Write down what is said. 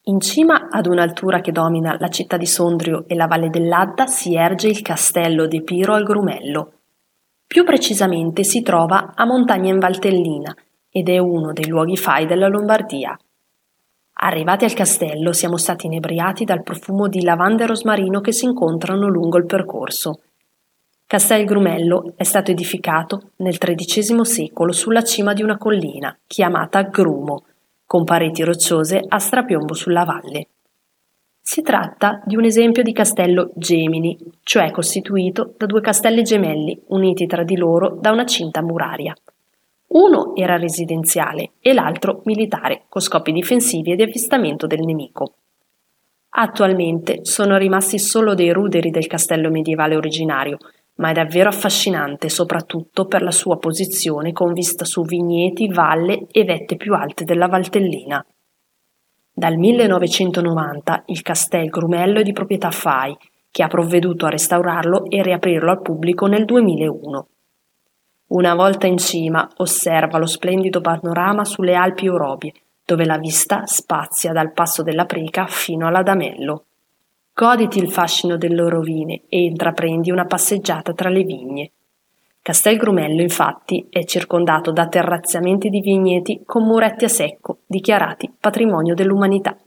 In cima ad un'altura che domina la città di Sondrio e la valle dell'Adda si erge il castello di Piro al Grumello. Più precisamente si trova a Montagna in Valtellina ed è uno dei luoghi fai della Lombardia. Arrivati al castello siamo stati inebriati dal profumo di lavanda e rosmarino che si incontrano lungo il percorso. Castel Grumello è stato edificato nel XIII secolo sulla cima di una collina chiamata Grumo, con pareti rocciose a strapiombo sulla valle. Si tratta di un esempio di castello Gemini, cioè costituito da due castelli gemelli uniti tra di loro da una cinta muraria. Uno era residenziale e l'altro militare, con scopi difensivi e di avvistamento del nemico. Attualmente sono rimasti solo dei ruderi del castello medievale originario, ma è davvero affascinante soprattutto per la sua posizione con vista su vigneti, valle e vette più alte della Valtellina. Dal 1990 il Castel Grumello è di proprietà FAI, che ha provveduto a restaurarlo e riaprirlo al pubblico nel 2001. Una volta in cima osserva lo splendido panorama sulle Alpi Orobie, dove la vista spazia dal Passo della Preca fino all'Adamello. Goditi il fascino delle rovine e intraprendi una passeggiata tra le vigne. Castel Grumello, infatti, è circondato da terrazzamenti di vigneti con muretti a secco, dichiarati patrimonio dell'umanità.